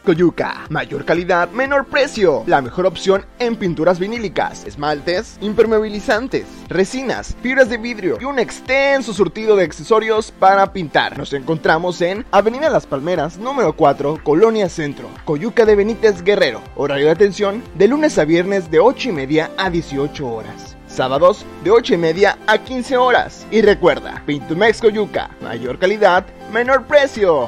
Coyuca, mayor calidad, menor precio. La mejor opción en pinturas vinílicas, esmaltes, impermeabilizantes, resinas, fibras de vidrio y un extenso surtido de accesorios para pintar. Nos encontramos en Avenida Las Palmeras, número 4, Colonia Centro, Coyuca de Benítez Guerrero. Horario de atención de lunes a viernes de 8:30 a 18 horas. Sábados de 8:30 a 15 horas. Y recuerda, Pintumex Coyuca, mayor calidad, menor precio.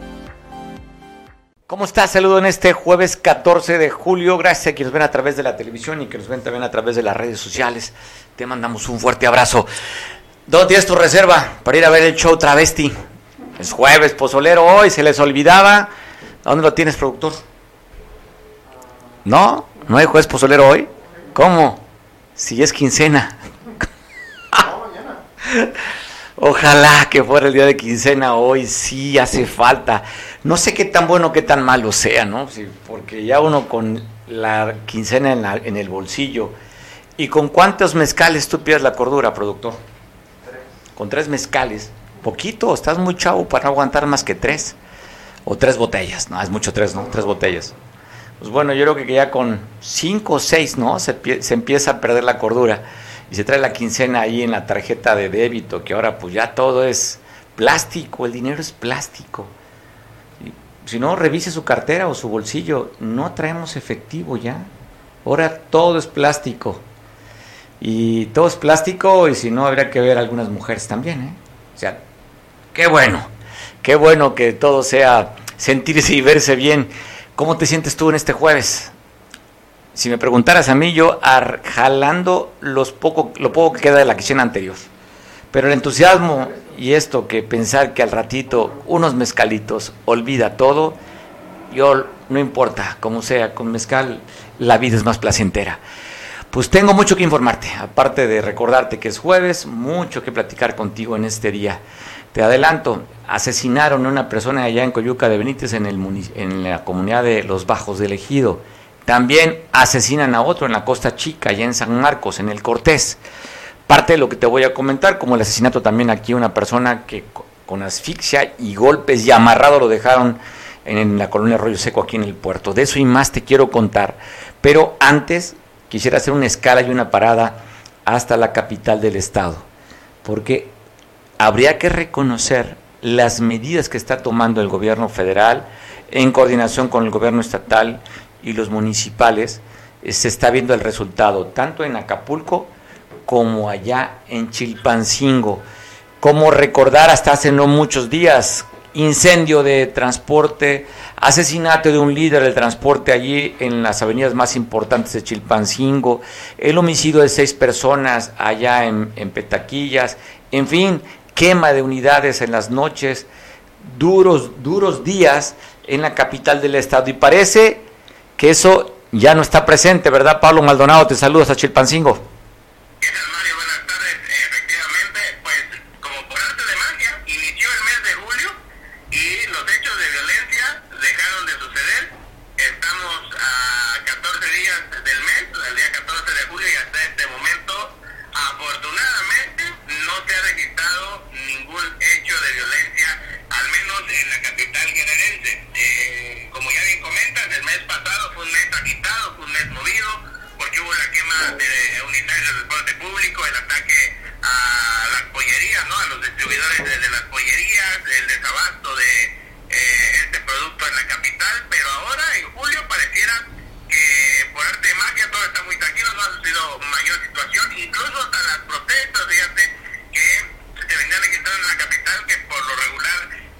¿Cómo estás? Saludo en este jueves 14 de julio. Gracias a quienes nos ven a través de la televisión y que nos ven también a través de las redes sociales. Te mandamos un fuerte abrazo. ¿Dónde tienes tu reserva para ir a ver el show Travesti? Es jueves, pozolero hoy, se les olvidaba. ¿Dónde lo tienes, productor? ¿No? ¿No hay jueves pozolero hoy? ¿Cómo? Si es quincena. Ojalá que fuera el día de quincena hoy, sí hace falta. No sé qué tan bueno, qué tan malo sea, ¿no? Sí, porque ya uno con la quincena en el bolsillo. ¿Y con cuántos mezcales tú pierdes la cordura, productor? 3. Con 3 mezcales. Poquito, estás muy chavo para no aguantar más que 3. O 3 botellas, no, es mucho 3, ¿no? 3 botellas. Pues bueno, yo creo que ya con 5 o 6, ¿no? Se empieza a perder la cordura. Y se trae la quincena ahí en la tarjeta de débito, que ahora pues ya todo es plástico, el dinero es plástico. Si no, revise su cartera o su bolsillo, no traemos efectivo ya. Ahora todo es plástico. Y todo es plástico, y si no, habría que ver algunas mujeres también, ¿eh? O sea, qué bueno que todo sea sentirse y verse bien. ¿Cómo te sientes tú en este jueves? Si me preguntaras a mí, yo jalando lo poco que queda de la quincena anterior. Pero el entusiasmo y esto que pensar que al ratito unos mezcalitos olvida todo, yo no importa, como sea, con mezcal la vida es más placentera. Pues tengo mucho que informarte, aparte de recordarte que es jueves, mucho que platicar contigo en este día. Te adelanto, asesinaron a una persona allá en Coyuca de Benítez en la comunidad de Los Bajos del Ejido. También asesinan a otro en la Costa Chica, allá en San Marcos, en el Cortés. Parte de lo que te voy a comentar, como el asesinato también aquí de una persona que con asfixia y golpes y amarrado lo dejaron en la colonia Arroyo Seco, aquí en el puerto. De eso y más te quiero contar. Pero antes quisiera hacer una escala y una parada hasta la capital del estado, porque habría que reconocer las medidas que está tomando el gobierno federal en coordinación con el gobierno estatal y los municipales. Se está viendo el resultado, tanto en Acapulco como allá en Chilpancingo. Como recordar hasta hace no muchos días, incendio de transporte, asesinato de un líder del transporte allí en las avenidas más importantes de Chilpancingo, el homicidio de 6 personas allá en Petaquillas, en fin, quema de unidades en las noches, duros días en la capital del estado, y parece que eso ya no está presente, ¿verdad? Pablo Maldonado, te saludo hasta Chilpancingo. ¿Qué tal, Mario? Buenas tardes. Efectivamente, pues como por arte de magia, inició el mes de julio y los hechos de violencia dejaron de suceder. Estamos a 14 días del mes, el día 14 de julio, y hasta este momento, afortunadamente, no se ha registrado ningún hecho de violencia, al menos en la capital guerrerense. Como ya bien comentas, el mes pasado fue un mes agitado, fue un mes movido, porque hubo la quema de unidades de transporte público, el ataque a las pollerías, ¿no? A los distribuidores de las pollerías, el desabasto de este producto en la capital. Pero ahora, en julio, pareciera que por arte de magia todo está muy tranquilo, no ha sido mayor situación, incluso hasta las protestas, fíjate, que se venían registrando en la capital, que por lo regular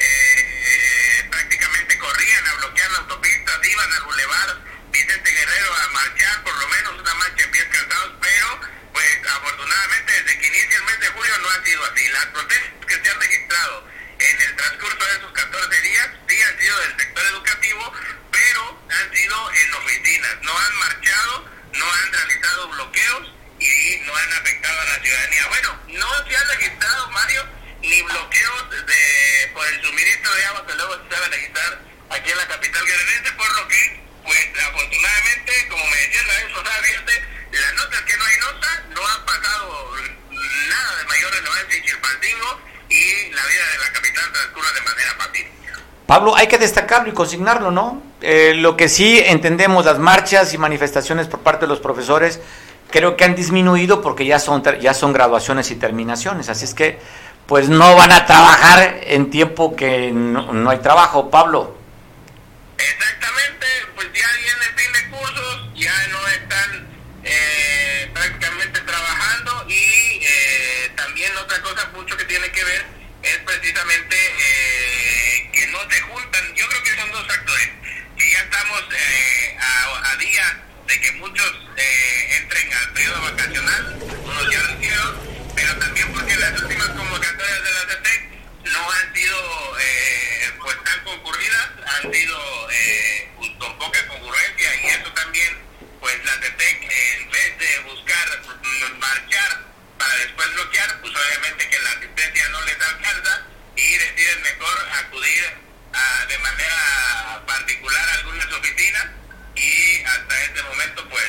prácticamente corrían a bloquear la autopista, iban al bulevar Vicente Guerrero a marchar, por lo menos una marcha en pies cansados, pero pues afortunadamente desde que inicia el mes de julio no ha sido así. Las protestas que se han registrado en el transcurso de esos 14 días sí han sido del sector educativo, pero han sido en oficinas, no han marchado, no han realizado bloqueos y no han afectado a la ciudadanía. Bueno, no se han registrado, Mario, ni bloqueos por el suministro de agua que luego se sabe registrar aquí en la capital guerrerense, por lo que, pues afortunadamente, como me decía la vez pasada, fíjate, la nota es que no hay nota, no ha pasado nada de mayor relevancia en Chilpancingo y la vida de la capital transcurre de manera pacífica. Pablo, hay que destacarlo y consignarlo, ¿no? Lo que sí entendemos, las marchas y manifestaciones por parte de los profesores, creo que han disminuido porque ya son graduaciones y terminaciones, así es que pues no van a trabajar en tiempo que no hay trabajo, Pablo. Exactamente, pues ya viene el fin de cursos, ya no están prácticamente trabajando y también otra cosa mucho que tiene que ver es precisamente que no se juntan. Yo creo que son dos factores, que ya estamos a días de que muchos entren al periodo vacacional, unos ya lo hicieron, pero también porque las últimas convocatorias de la CETEC no han sido pues tan concurridas, han sido pues, con poca concurrencia, y eso también pues la CETEC en vez de buscar marchar para después bloquear, pues obviamente que la asistencia no les alcanza y deciden mejor acudir de manera particular a algunas oficinas, y hasta este momento pues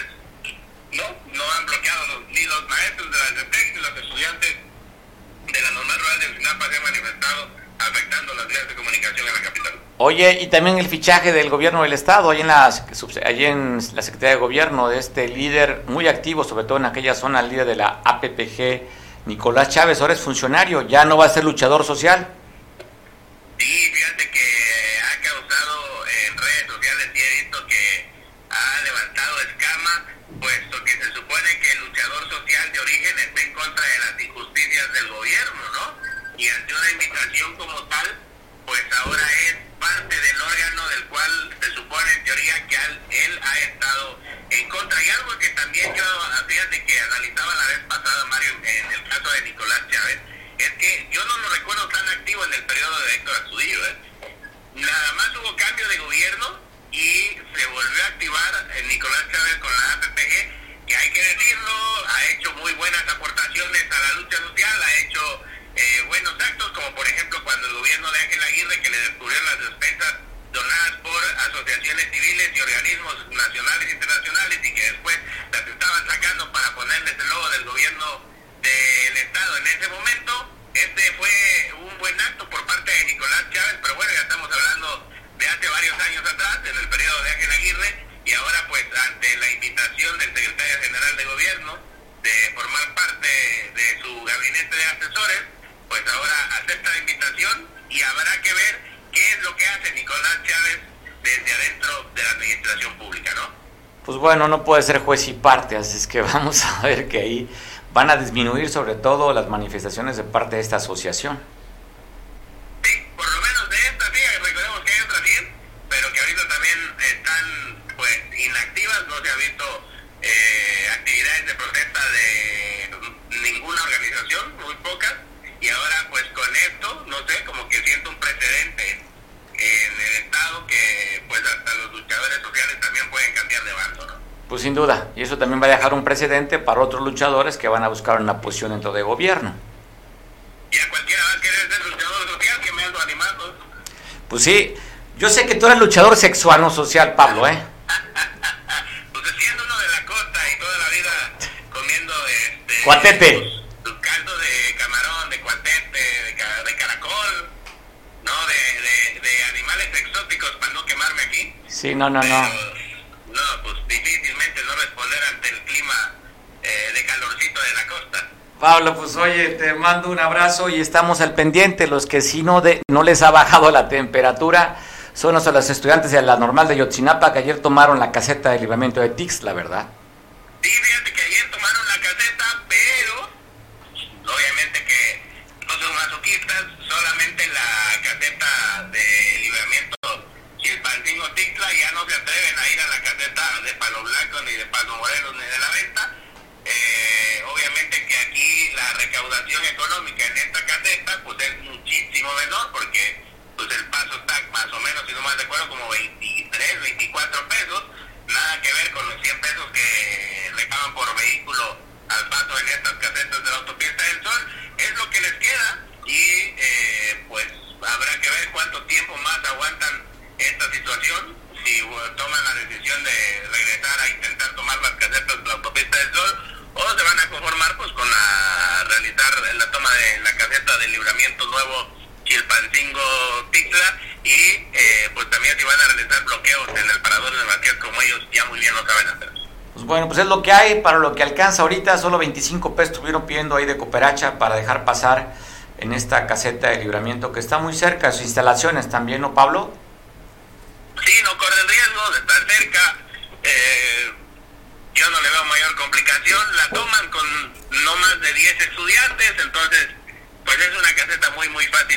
no han bloqueado ni los maestros de la CETEC ni los estudiantes de la normal rural de Ayotzinapa se han manifestado afectando las vías de comunicación en la capital. Oye, y también el fichaje del gobierno del estado, ahí en la Secretaría de Gobierno, de este líder muy activo, sobre todo en aquella zona, el líder de la APPG, Nicolás Chávez, ahora es funcionario, ya no va a ser luchador social. Sí, fíjate que ha causado en redes sociales, y he visto que ha levantado escama, puesto que se supone que el luchador social de origen está en contra de las injusticias del gobierno, ¿no? Y ante una invitación como tal, pues ahora es parte del órgano del cual se supone en teoría que él ha estado en contra. Y algo que también yo, fíjate que analizaba la vez pasada, Mario, en el caso de Nicolás Chávez, es que yo no lo recuerdo tan activo en el periodo de Héctor Astudillo, Nada más hubo cambio de gobierno y se volvió a activar Nicolás Chávez con la APPG, que hay que decirlo, ha hecho muy buenas aportaciones a la lucha social, ha hecho buenos actos, como por ejemplo cuando el gobierno de Ángel Aguirre, que le descubrieron las despensas donadas por asociaciones civiles y organismos nacionales e internacionales, y que después las estaban sacando para ponerles el logo del gobierno del estado en ese momento. Este fue un buen acto por parte de Nicolás Chávez, pero bueno, ya estamos hablando de hace varios años atrás, en el periodo de Ángel Aguirre, y ahora pues ante la invitación del secretario general de gobierno de formar parte de su gabinete de asesores, pues ahora acepta la invitación y habrá que ver qué es lo que hace Nicolás Chávez desde adentro de la administración pública, ¿no? Pues bueno, no puede ser juez y parte, así es que vamos a ver que ahí van a disminuir sobre todo las manifestaciones de parte de esta asociación. Sí, por lo menos de esta, sí, recordemos que hay otras 100, pero que ahorita también están pues inactivas, no se ha visto actividades de protesta de ninguna organización, muy pocas, y ahora pues con esto, no sé, como que siento un precedente en el estado que pues hasta los luchadores sociales también pueden cambiar de bando, ¿no? Pues sin duda, y eso también va a dejar un precedente para otros luchadores que van a buscar una posición dentro del gobierno. Y a cualquiera va a querer ser luchador social, que me ando animando. Pues sí, yo sé que tú eres luchador sexual, no social, Pablo, Pues siendo uno de la costa y toda la vida comiendo cuatete. Tus caldos de camarón, de cuatete, de caracol, ¿no? De animales exóticos para no quemarme aquí. Sí, no. No, pues difícilmente no responder ante el clima de calorcito de la costa. Pablo, pues oye, te mando un abrazo y estamos al pendiente. Los que sí no les ha bajado la temperatura son los estudiantes de la normal de Ayotzinapa, que ayer tomaron la caseta de libramiento de Tixla, ¿verdad? Sí, fíjate que ayer tomaron la caseta, pero obviamente que no son masoquistas, solamente la caseta de libramiento Chilpancingo Tixla, ya no se atreven a ir a la caseta de Palo Blanco, ni de Palo Morelos, ni de La Venta. Obviamente que aquí la recaudación económica en esta caseta pues es muchísimo menor, porque pues el paso está más o menos, si no mal recuerdo, como 23, 24 pesos, nada que ver con los 100 pesos que recaban por vehículo al paso en estas casetas de la autopista del Sol. Es lo que les queda, y pues habrá que ver cuánto tiempo más aguantan esta situación, si toman la decisión de regresar a intentar tomar las casetas de la autopista del Sol, o se van a conformar pues con realizar la toma de la caseta del libramiento nuevo Chilpancingo Tixla, y pues también si van a realizar bloqueos en el parador de Vázquez, como ellos ya muy bien lo saben hacer. Pues bueno, pues es lo que hay, para lo que alcanza ahorita. Solo 25 pesos estuvieron pidiendo ahí de cooperacha para dejar pasar en esta caseta de libramiento que está muy cerca de sus instalaciones también, ¿no, Pablo? Sí, no corren riesgo de estar cerca. Yo no le veo mayor complicación. La toman con no más de 10 estudiantes, entonces pues es una caseta muy muy fácil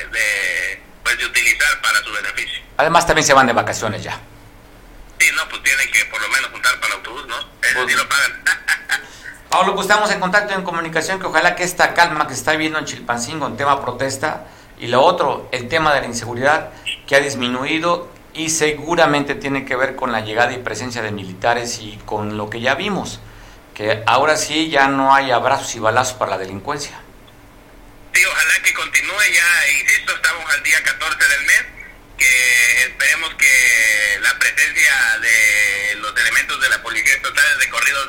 de utilizar para su beneficio. Además también se van de vacaciones ya. Sí, no, pues tienen que por lo menos juntar para el autobús, ¿no? Eso Pues, sí lo pagan. Pablo, pues estamos en contacto, en comunicación, que ojalá que esta calma que se está viviendo en Chilpancingo en tema protesta, y lo otro, el tema de la inseguridad, que ha disminuido y seguramente tiene que ver con la llegada y presencia de militares y con lo que ya vimos, que ahora sí ya no hay abrazos y balazos para la delincuencia. Sí, ojalá que continúe ya, insisto, estamos al día 14 del mes, que esperemos que la presencia de los elementos de la Policía Estatal recorridos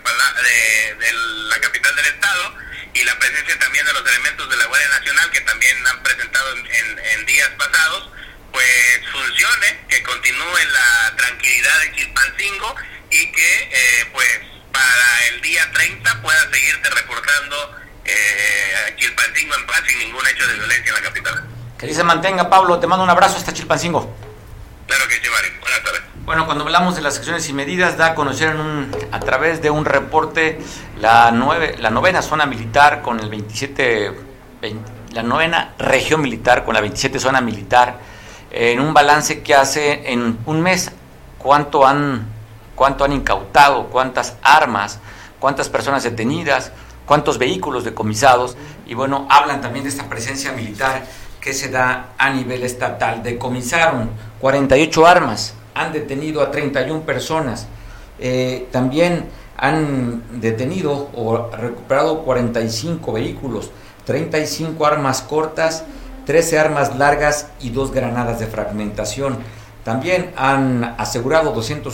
de la capital del estado y la presencia también de los elementos de la Guardia Nacional que también han presentado en días pasados, pues funcione, que continúe la tranquilidad en Chilpancingo y que pues para el día 30 pueda seguirte reportando Chilpancingo en paz sin ningún hecho de violencia en la capital. Que ahí se mantenga, Pablo, te mando un abrazo hasta Chilpancingo. Claro que sí, Mario. Buenas tardes. Bueno, cuando hablamos de las acciones y medidas, da a conocer a través de un reporte la novena zona militar con el 27, la novena región militar con la 27 zona militar, en un balance que hace en un mes, cuánto han incautado, cuántas armas, cuántas personas detenidas, cuántos vehículos decomisados, y bueno, hablan también de esta presencia militar que se da a nivel estatal. Decomisaron 48 armas, han detenido a 31 personas, también han detenido o recuperado 45 vehículos, 35 armas cortas, 13 armas largas y 2 granadas de fragmentación. También han asegurado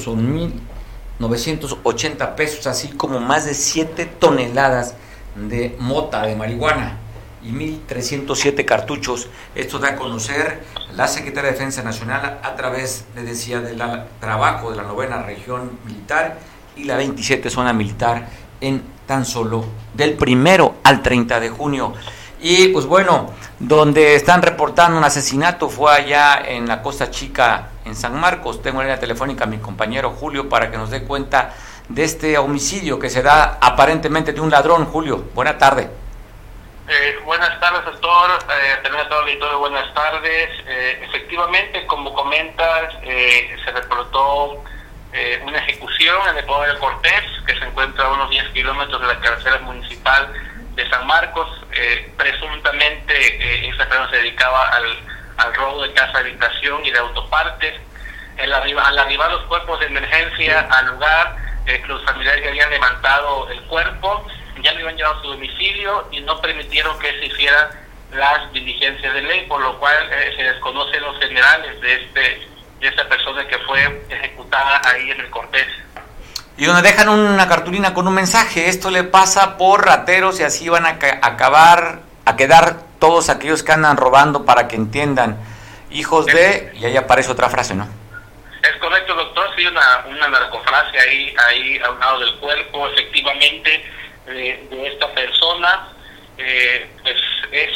201,980 pesos, así como más de 7 toneladas de mota de marihuana y 1,307 cartuchos. Esto da a conocer la Secretaría de Defensa Nacional a través, le decía, del trabajo de la novena región militar y la 27 zona militar en tan solo del 1 al 30 de junio. Y pues bueno, donde están reportando un asesinato fue allá en la Costa Chica, en San Marcos. Tengo en la telefónica a mi compañero Julio para que nos dé cuenta de este homicidio que se da aparentemente de un ladrón. Julio, buena tarde. Buenas tardes, doctor. También a todo el auditorio, buenas tardes. Efectivamente, como comentas, se reportó una ejecución en el pueblo de Cortés, que se encuentra a unos 10 kilómetros de la cabecera municipal de San Marcos. Presuntamente, esta persona se dedicaba al robo de casa de habitación y de autopartes. Al arribar los cuerpos de emergencia al lugar, los familiares ya habían levantado el cuerpo, ya lo habían llevado a su domicilio y no permitieron que se hicieran las diligencias de ley, por lo cual se desconocen los generales de esta persona que fue ejecutada ahí en el Cortés. Y donde dejan una cartulina con un mensaje: esto le pasa por rateros y así van a quedar todos aquellos que andan robando, para que entiendan, hijos de... Y ahí aparece otra frase, ¿no? Es correcto, doctor, sí, una narcofrase ahí a un lado del cuerpo, efectivamente, de esta persona. Pues es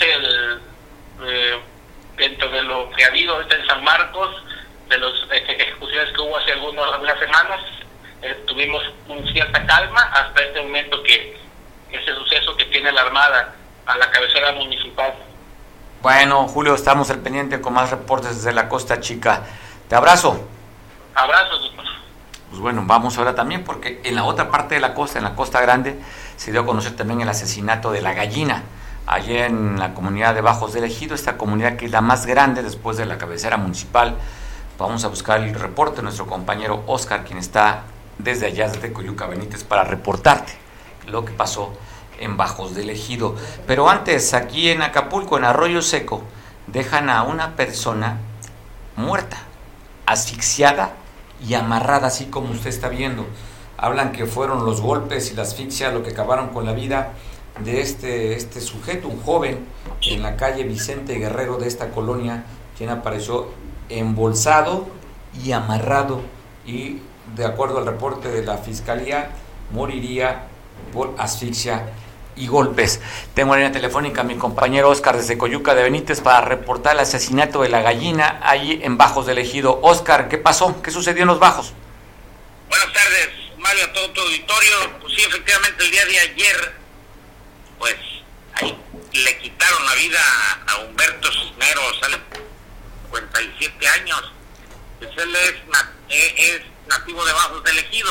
dentro de lo que ha habido ahorita en San Marcos, de las ejecuciones que hubo hace algunas semanas, tuvimos una cierta calma hasta este momento, que ese suceso que tiene la Armada a la cabecera municipal. Bueno, Julio, estamos al pendiente con más reportes desde la Costa Chica. Te abrazo. Abrazos, doctor. Pues bueno, vamos ahora también, porque en la otra parte de la costa, en la Costa Grande, se dio a conocer también el asesinato de La Gallina, allá en la comunidad de Bajos del Ejido, esta comunidad que es la más grande después de la cabecera municipal. Vamos a buscar el reporte de nuestro compañero Oscar, quien está desde allá, desde Coyuca Benítez, para reportarte lo que pasó en Bajos del Ejido. Pero antes, aquí en Acapulco, en Arroyo Seco, dejan a una persona muerta, asfixiada y amarrada, así como usted está viendo. Hablan que fueron los golpes y la asfixia lo que acabaron con la vida de este sujeto, un joven, en la calle Vicente Guerrero de esta colonia quien apareció embolsado y amarrado, y de acuerdo al reporte de la Fiscalía, moriría por asfixia y golpes. Tengo en la línea telefónica a mi compañero Oscar desde Coyuca de Benítez para reportar el asesinato de la gallina ahí en Bajos del Ejido. Oscar, ¿qué pasó? ¿Qué sucedió en los Bajos? Buenas tardes, Mario, a todo tu auditorio. Pues sí, efectivamente, el día de ayer, pues ahí le quitaron la vida a Humberto Cisneros, a 57 años. Pues él es nativo de Bajos del Ejido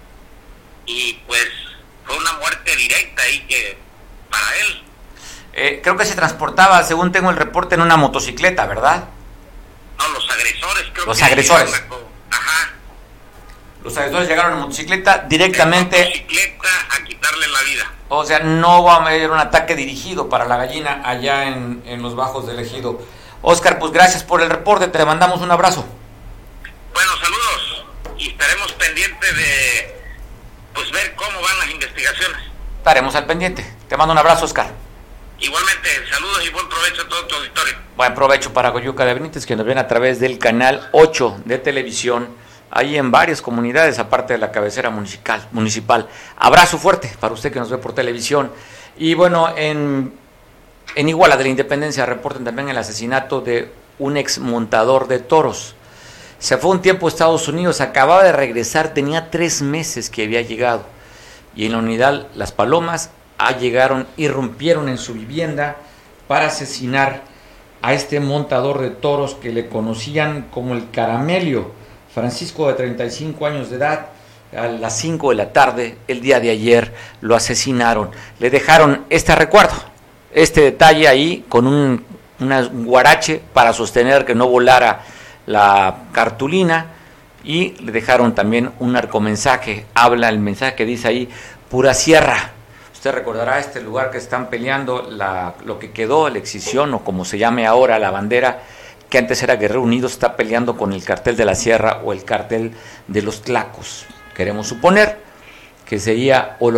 y pues fue una muerte directa ahí que para él. Creo que se transportaba, según tengo el reporte, en una motocicleta, ¿verdad? No, los agresores creo los que... agresores. Ajá. Los agresores llegaron en motocicleta directamente... En motocicleta a quitarle la vida. O sea, no va a haber un ataque dirigido para la gallina allá en los Bajos del Ejido. Oscar, pues gracias por el reporte, te mandamos un abrazo. Bueno, saludos y estaremos pendientes de pues ver cómo van las investigaciones. Estaremos al pendiente. Te mando un abrazo, Oscar. Igualmente, saludos y buen provecho a todo tu auditorio. Buen provecho para Coyuca de Benítez, que nos ven a través del canal 8 de televisión, ahí en varias comunidades, aparte de la cabecera municipal. Abrazo fuerte para usted que nos ve por televisión. Y bueno, en Iguala de la Independencia reportan también el asesinato de un ex montador de toros. Se fue un tiempo a Estados Unidos, acababa de regresar, tenía 3 meses que había llegado. Y en la unidad Las Palomas irrumpieron en su vivienda para asesinar a este montador de toros que le conocían como el Caramelio. Francisco, de 35 años de edad, a las 5 de la tarde, el día de ayer, lo asesinaron. Le dejaron este recuerdo, este detalle ahí, con un guarache para sostener que no volara la cartulina, y le dejaron también un narcomensaje. Habla el mensaje que dice ahí: pura sierra. Usted recordará este lugar que están peleando, lo que quedó, la Excisión, o como se llame ahora, la bandera, que antes era Guerrero Unido, está peleando con el cartel de la Sierra o el cartel de los Tlacos. Queremos suponer que sería, o lo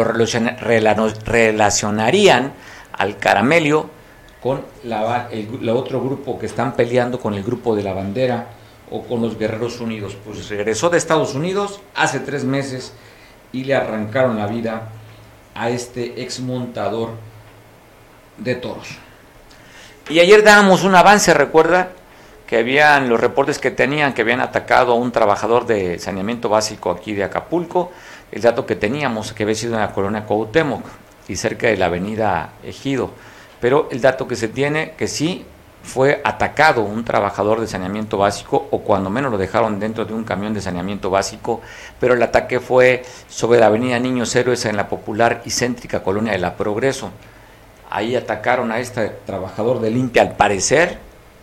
relacionarían al Caramelio con el otro grupo que están peleando, con el grupo de la bandera o con los Guerreros Unidos. Pues regresó de Estados Unidos hace 3 meses y le arrancaron la vida a este ex montador de toros. Y ayer dábamos un avance, recuerda que habían los reportes que habían atacado a un trabajador de saneamiento básico aquí de Acapulco. El dato que teníamos, que había sido en la colonia Cuauhtémoc y cerca de la avenida Ejido, pero el dato que se tiene, que sí fue atacado un trabajador de saneamiento básico, o cuando menos lo dejaron dentro de un camión de saneamiento básico, pero el ataque fue sobre la avenida Niños Héroes en la popular y céntrica colonia de La Progreso. Ahí atacaron a este trabajador de limpia, al parecer,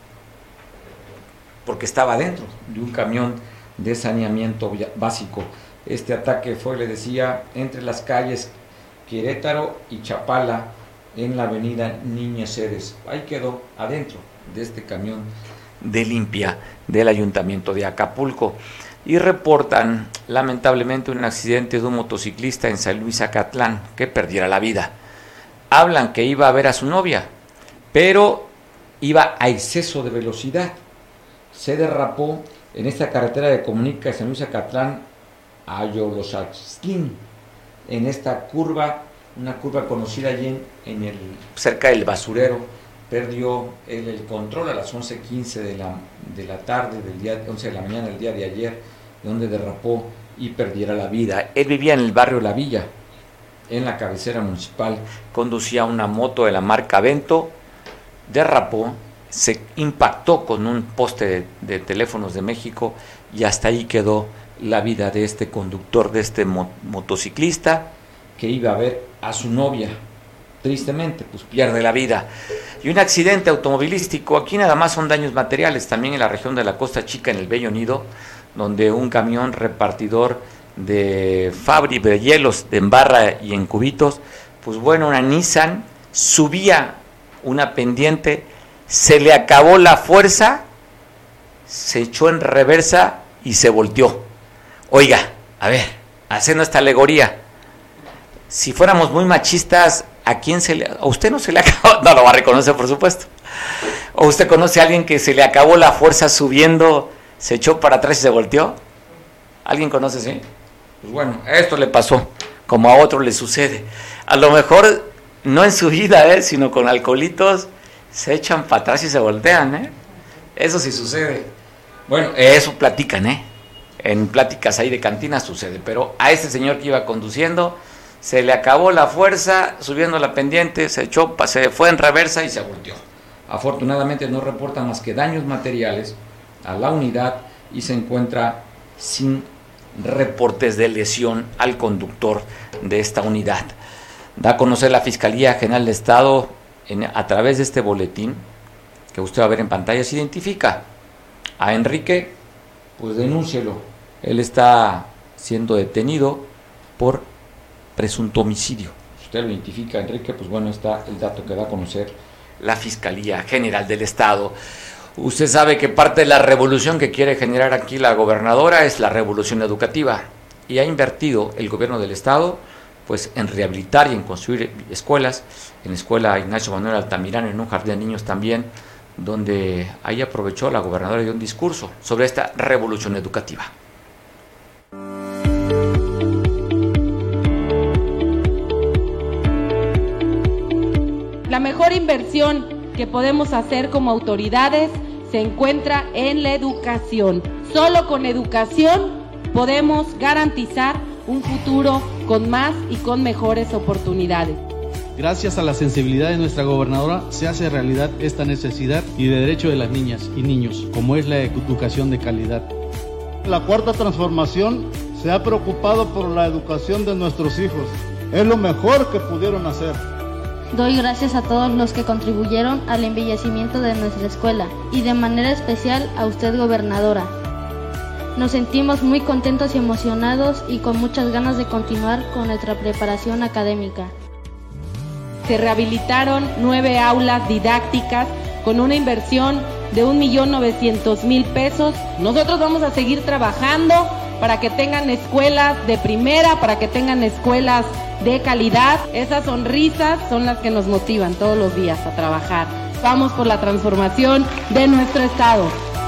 porque estaba dentro de un camión de saneamiento básico. Este ataque fue, le decía, entre las calles Querétaro y Chapala, en la avenida Niños Héroes. Ahí quedó, adentro de este camión de limpia del Ayuntamiento de Acapulco. Y reportan, lamentablemente, un accidente de un motociclista en San Luis Acatlán, que perdiera la vida. Hablan que iba a ver a su novia, pero iba a exceso de velocidad. Se derrapó en esta carretera que comunica San Luis Acatlán a Ayoloxaxtlín, en esta curva, una curva conocida allí cerca del basurero. Perdió el control a las 11:15 de la tarde, 11 de la mañana del día de ayer, donde derrapó y perdiera la vida. Él vivía en el barrio La Villa, en la cabecera municipal, conducía una moto de la marca Vento, derrapó, se impactó con un poste de teléfonos de México, y hasta ahí quedó la vida de este conductor, de este motociclista, que iba a ver a su novia. Tristemente, pues pierde la vida. Y un accidente automovilístico, aquí nada más son daños materiales, también en la región de la Costa Chica, en el Bello Nido, donde un camión repartidor de Fabri de hielos, en barra y en cubitos, pues bueno, una Nissan subía una pendiente, se le acabó la fuerza, se echó en reversa y se volteó. Oiga, a ver, haciendo esta alegoría, si fuéramos muy machistas, ¿a usted no se le acabó? No lo va a reconocer, por supuesto. ¿O usted conoce a alguien que se le acabó la fuerza subiendo, se echó para atrás y se volteó? ¿Alguien conoce, sí? Pues bueno, esto le pasó, como a otro le sucede. A lo mejor no en su vida, sino con alcoholitos, se echan para atrás y se voltean, Eso sí sucede. Bueno, eso platican, en pláticas ahí de cantina sucede, pero a este señor que iba conduciendo se le acabó la fuerza subiendo la pendiente, se echó, se fue en reversa y se volteó. Afortunadamente no reporta más que daños materiales a la unidad y se encuentra sin reportes de lesión al conductor de esta unidad. Da a conocer la Fiscalía General de Estado a través de este boletín que usted va a ver en pantalla. Se identifica a Enrique, pues denúncielo. Él está siendo detenido por presunto homicidio. Si usted lo identifica a Enrique, pues bueno, está el dato que da a conocer la Fiscalía General del Estado. Usted sabe que parte de la revolución que quiere generar aquí la gobernadora es la revolución educativa, y ha invertido el gobierno del Estado pues en rehabilitar y en construir escuelas, en la escuela Ignacio Manuel Altamirano, en un jardín de niños también, donde ahí aprovechó la gobernadora y dio un discurso sobre esta revolución educativa. La mejor inversión que podemos hacer como autoridades se encuentra en la educación. Solo con educación podemos garantizar un futuro con más y con mejores oportunidades. Gracias a la sensibilidad de nuestra gobernadora se hace realidad esta necesidad y de derecho de las niñas y niños, como es la educación de calidad. La cuarta transformación se ha preocupado por la educación de nuestros hijos. Es lo mejor que pudieron hacer. Doy gracias a todos los que contribuyeron al embellecimiento de nuestra escuela y de manera especial a usted, gobernadora. Nos sentimos muy contentos y emocionados y con muchas ganas de continuar con nuestra preparación académica. Se rehabilitaron 9 aulas didácticas con una inversión de 1.900.000 pesos. Nosotros vamos a seguir trabajando para que tengan escuelas de primera, para que tengan escuelas de calidad. Esas sonrisas son las que nos motivan todos los días a trabajar. Vamos por la transformación de nuestro estado.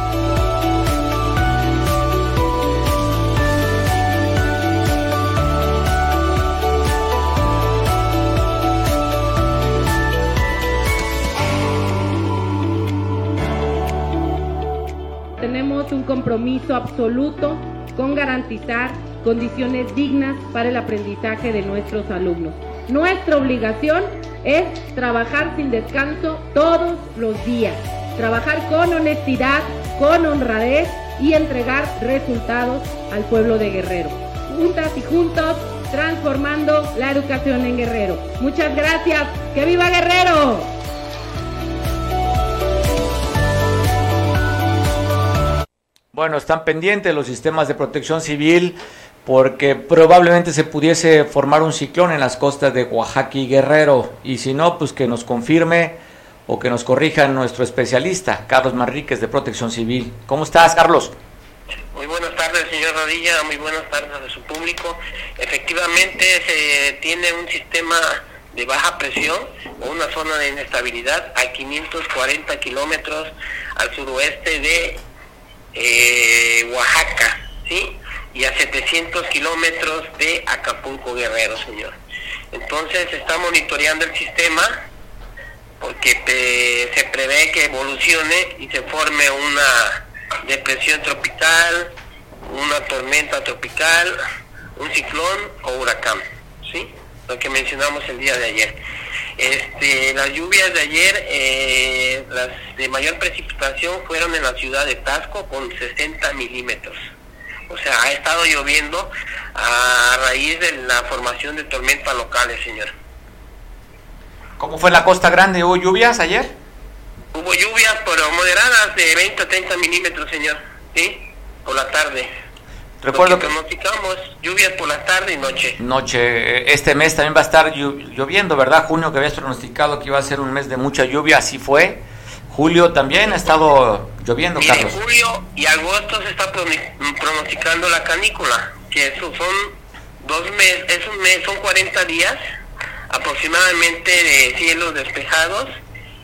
Tenemos un compromiso absoluto con garantizar condiciones dignas para el aprendizaje de nuestros alumnos. Nuestra obligación es trabajar sin descanso todos los días, trabajar con honestidad, con honradez y entregar resultados al pueblo de Guerrero. Juntas y juntos, transformando la educación en Guerrero. Muchas gracias. ¡Que viva Guerrero! Bueno, están pendientes los sistemas de protección civil porque probablemente se pudiese formar un ciclón en las costas de Oaxaca y Guerrero, y si no, pues que nos confirme o que nos corrija nuestro especialista, Carlos Manríquez, de Protección Civil. ¿Cómo estás, Carlos? Muy buenas tardes, señor Rodilla, muy buenas tardes a su público. Efectivamente, se tiene un sistema de baja presión o una zona de inestabilidad a 540 kilómetros al suroeste de Oaxaca, ¿sí? Y a 700 kilómetros de Acapulco, Guerrero, señor. Entonces se está monitoreando el sistema porque se prevé que evolucione y se forme una depresión tropical, una tormenta tropical, un ciclón o huracán, ¿sí? Lo que mencionamos el día de ayer. Las lluvias de ayer, las de mayor precipitación fueron en la ciudad de Taxco con 60 milímetros. O sea, ha estado lloviendo a raíz de la formación de tormentas locales, señor. ¿Cómo fue la Costa Grande? ¿Hubo lluvias ayer? Hubo lluvias, pero moderadas, de 20 a 30 milímetros, señor, ¿sí? Por la tarde. Recuerdo que pronosticamos lluvias por la tarde y noche. Este mes también va a estar lloviendo, ¿verdad? Junio, que habías pronosticado que iba a ser un mes de mucha lluvia, así fue. Julio también ha estado lloviendo, mire, Carlos. Julio y agosto se está pronosticando la canícula, que eso son 2 meses, es un mes, son 40 días aproximadamente de cielos despejados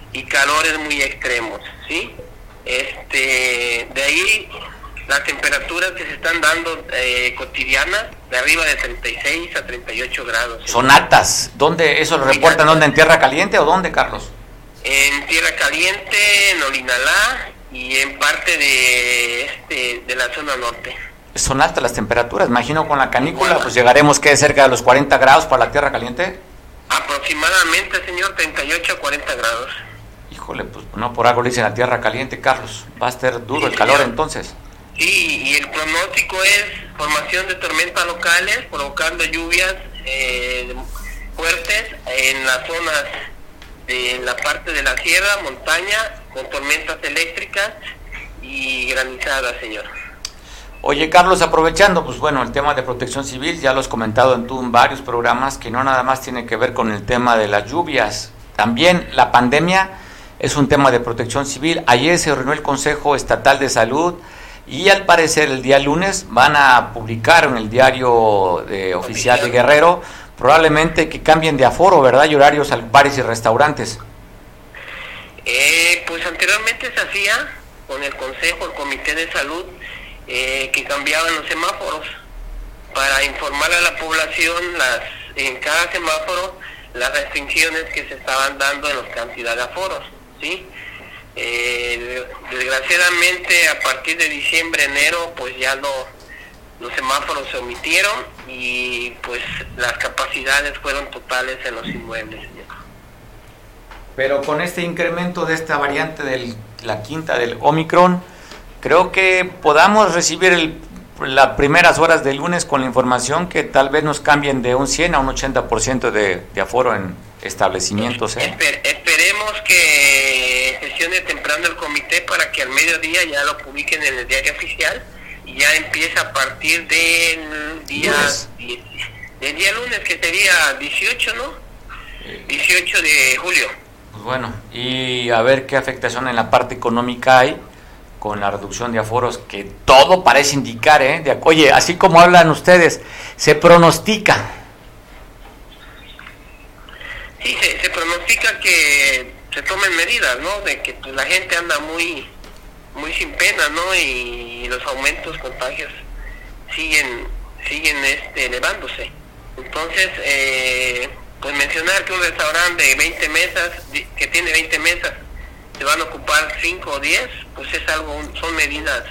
y calores muy extremos, ¿sí? De ahí las temperaturas que se están dando cotidianas, de arriba de 36 a 38 grados. Son altas. ¿Dónde eso lo reportan? ¿Dónde? ¿En Tierra Caliente o dónde, Carlos? En Tierra Caliente, en Olinalá y en parte de la zona norte. Son altas las temperaturas. Imagino con la canícula, pues llegaremos que cerca de los 40 grados para la Tierra Caliente. Aproximadamente, señor, 38 a 40 grados. Híjole, pues no por algo le dicen la Tierra Caliente, Carlos. Va a estar duro el calor entonces. Sí, y el pronóstico es formación de tormentas locales, provocando lluvias fuertes en las zonas de la parte de la sierra, montaña, con tormentas eléctricas y granizadas, señor. Oye, Carlos, aprovechando, pues bueno, el tema de protección civil, ya lo has comentado en varios programas, que no nada más tiene que ver con el tema de las lluvias, también la pandemia es un tema de protección civil. Ayer se reunió el Consejo Estatal de Salud y al parecer el día lunes van a publicar en el diario oficial de Guerrero, probablemente que cambien de aforo, ¿verdad? Y horarios a bares y restaurantes. Pues anteriormente se hacía con el Consejo, el Comité de Salud, que cambiaban los semáforos para informar a la población en cada semáforo las restricciones que se estaban dando en la cantidad de aforos, ¿sí? Desgraciadamente a partir de diciembre, enero, pues ya los semáforos se omitieron y pues las capacidades fueron totales en los inmuebles, señor. Pero con este incremento de esta variante de la quinta del Omicron, creo que podamos recibir las primeras horas del lunes con la información que tal vez nos cambien de un 100 a un 80% de aforo en establecimientos. Esperemos que sesione temprano el comité para que al mediodía ya lo publiquen en el diario oficial y ya empieza a partir del día lunes, que sería 18, ¿no? 18 de julio. Pues bueno, y a ver qué afectación en la parte económica hay con la reducción de aforos, que todo parece indicar, oye, así como hablan ustedes, se pronostica. Sí, se pronostica que se tomen medidas, ¿no? De que pues, la gente anda muy sin pena, ¿no? Y los aumentos contagios siguen elevándose. Entonces, pues mencionar que un restaurante de 20 mesas, que tiene 20 mesas, se van a ocupar 5 o 10, pues es algo, son medidas.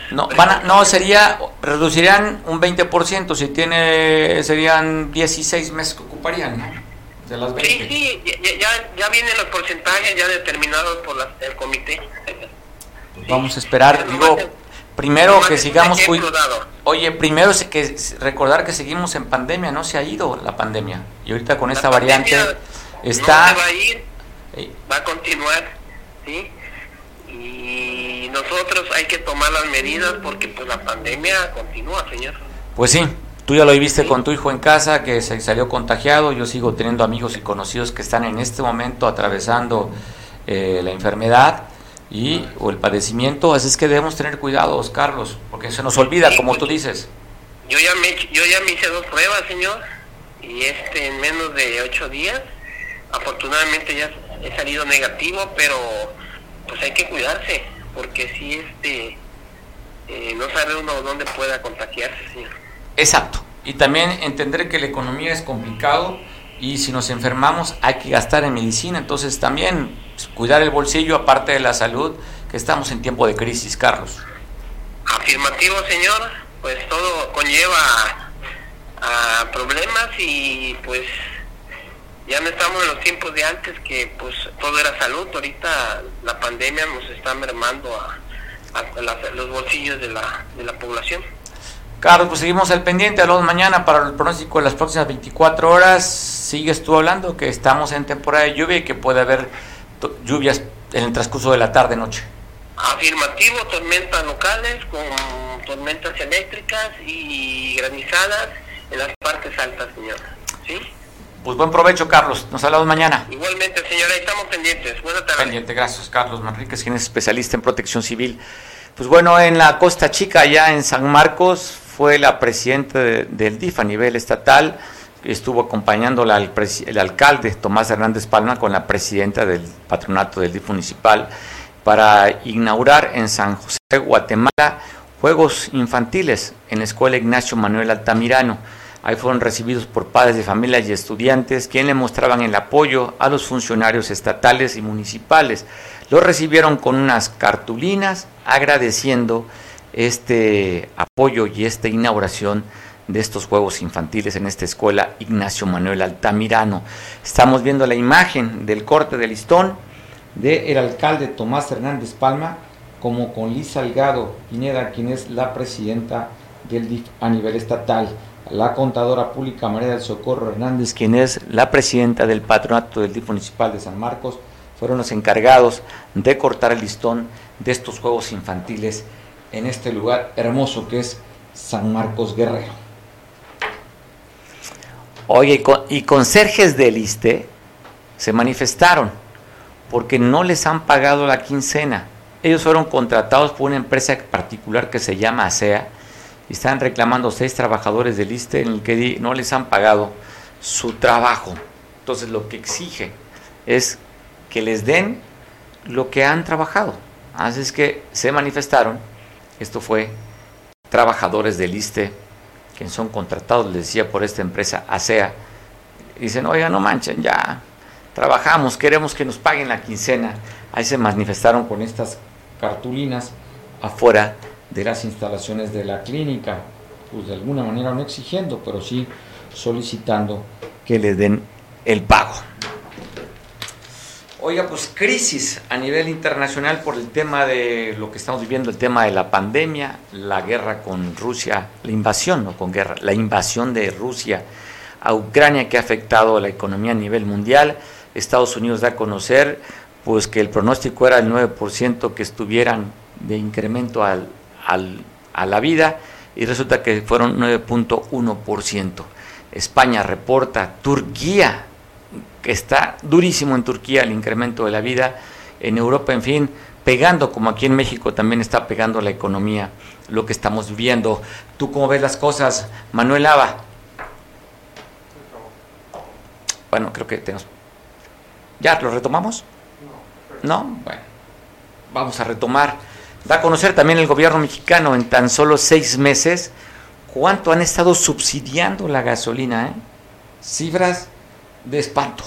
Reducirían un 20%, si serían 16 meses que ocuparían, ¿no? De las 20. Sí, ya vienen los porcentajes ya determinados por el comité. Pues vamos a esperar, primero que sigamos primero que recordar que seguimos en pandemia, no se ha ido la pandemia, y ahorita con esta variante está... No se va a ir, va a continuar, ¿sí? Y nosotros hay que tomar las medidas porque pues la pandemia continúa, señor. Pues sí, tú ya lo viviste con tu hijo en casa que se salió contagiado. Yo sigo teniendo amigos y conocidos que están en este momento atravesando la enfermedad o el padecimiento, así es que debemos tener cuidados, Carlos, porque se nos olvida, como tú dices. Yo ya me hice 2 pruebas, señor, y en menos de 8 días, afortunadamente ya he salido negativo, pero pues hay que cuidarse, porque si no sabe uno dónde pueda contagiarse, señor. Exacto, y también entender que la economía es complicado y si nos enfermamos hay que gastar en medicina, entonces también cuidar el bolsillo aparte de la salud, que estamos en tiempo de crisis, Carlos. Afirmativo, señor, pues todo conlleva a problemas y pues ya no estamos en los tiempos de antes que pues todo era salud. Ahorita la pandemia nos está mermando a los bolsillos de la población. Carlos, pues seguimos al pendiente. Hablamos mañana para el pronóstico de las próximas 24 horas. Sigues tú hablando que estamos en temporada de lluvia y que puede haber lluvias en el transcurso de la tarde-noche. Afirmativo, tormentas locales con tormentas eléctricas y granizadas en las partes altas, señor. ¿Sí? Pues buen provecho, Carlos. Nos hablamos mañana. Igualmente, señora, estamos pendientes. Buenas tardes. Pendiente, gracias. Carlos Manríquez, quien es especialista en protección civil. Pues bueno, en la Costa Chica, allá en San Marcos, fue la presidenta del DIF a nivel estatal, estuvo acompañándola el alcalde Tomás Hernández Palma con la presidenta del patronato del DIF municipal para inaugurar en San José, Guatemala, juegos infantiles en la escuela Ignacio Manuel Altamirano. Ahí fueron recibidos por padres de familias y estudiantes, quienes le mostraban el apoyo a los funcionarios estatales y municipales. Los recibieron con unas cartulinas agradeciendo este apoyo y esta inauguración de estos juegos infantiles en esta escuela Ignacio Manuel Altamirano. Estamos viendo la imagen del corte de listón del alcalde Tomás Hernández Palma, como con Liz Salgado Pineda, quien es la presidenta del DIF a nivel estatal, la contadora pública María del Socorro Hernández, quien es la presidenta del patronato del DIF municipal de San Marcos, fueron los encargados de cortar el listón de estos juegos infantiles en este lugar hermoso que es San Marcos Guerrero. Oye, y conserjes del ISSSTE se manifestaron porque no les han pagado la quincena. Ellos fueron contratados por una empresa particular que se llama ASEA y están reclamando 6 trabajadores del ISSSTE en el que no les han pagado su trabajo. Entonces lo que exige es que les den lo que han trabajado. Así es que se manifestaron. Esto fue trabajadores del ISSSTE que son contratados, les decía, por esta empresa ASEA. Dicen, oiga, no manchen, ya trabajamos, queremos que nos paguen la quincena. Ahí se manifestaron con estas cartulinas afuera de las instalaciones de la clínica, pues de alguna manera no exigiendo, pero sí solicitando que les den el pago. Oiga, pues crisis a nivel internacional por el tema de lo que estamos viviendo, el tema de la pandemia, la guerra con Rusia, la invasión, no con guerra, la invasión de Rusia a Ucrania, que ha afectado a la economía a nivel mundial. Estados Unidos da a conocer pues que el pronóstico era el 9% que estuvieran de incremento a la vida, y resulta que fueron 9.1%. España reporta, Turquía, que está durísimo en Turquía el incremento de la vida, en Europa, en fin, pegando, como aquí en México también está pegando la economía, lo que estamos viviendo. ¿Tú cómo ves las cosas, Manuel Ava? Bueno, creo que tenemos... ¿Ya lo retomamos? ¿No? Bueno, vamos a retomar. Da a conocer también el gobierno mexicano en tan solo 6 meses cuánto han estado subsidiando la gasolina, Cifras de espanto.